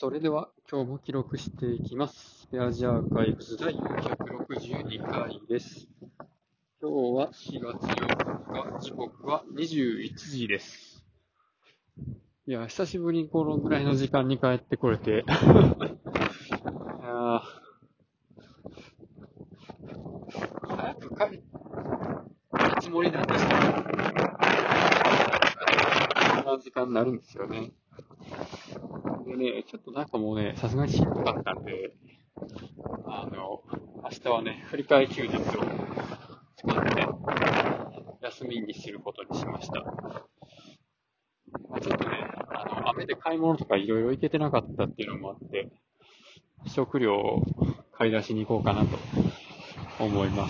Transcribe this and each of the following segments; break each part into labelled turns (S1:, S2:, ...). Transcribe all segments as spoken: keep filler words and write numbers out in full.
S1: それでは今日も記録していきます。ペアジアーカイブズ第ひゃくろくじゅうにかいです。今日はしがつよっか、時刻はにじゅういちじです。いや、久しぶりにこのぐらいの時間に帰ってこれて、いやー早く帰るつもりなんですけど、こんな時間になるんですよね。でね、ちょっとなんかもうね、さすがにしんどかったんで、あの、明日はね、振り替え休日を使って休みにすることにしました。まあ、ちょっとね、あの、雨で買い物とかいろいろ行けてなかったっていうのもあって、食料を買い出しに行こうかなと思います。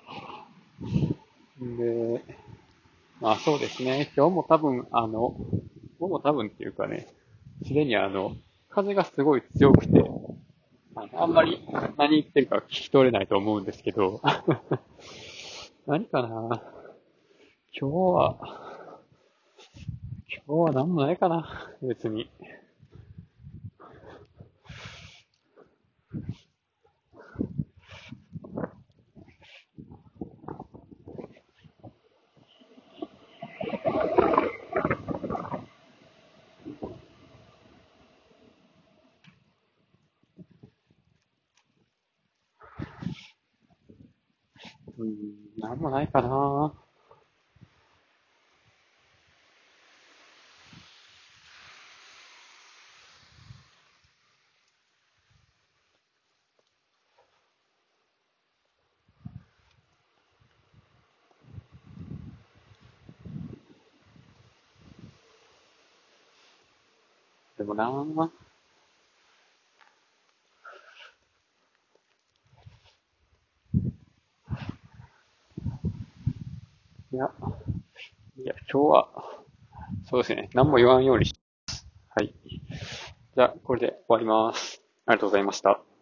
S1: で、まあそうですね、今日も多分、あの、今日も多分っていうかね、すでにあの、風がすごい強くて、あのあんまり何言ってるか聞き取れないと思うんですけど、何かな今日は、今日は何もないかな別に。うん、何もないかなでもないや、いや、今日は、そうですね、何も言わんようにし、はい。じゃあ、これで終わります。ありがとうございました。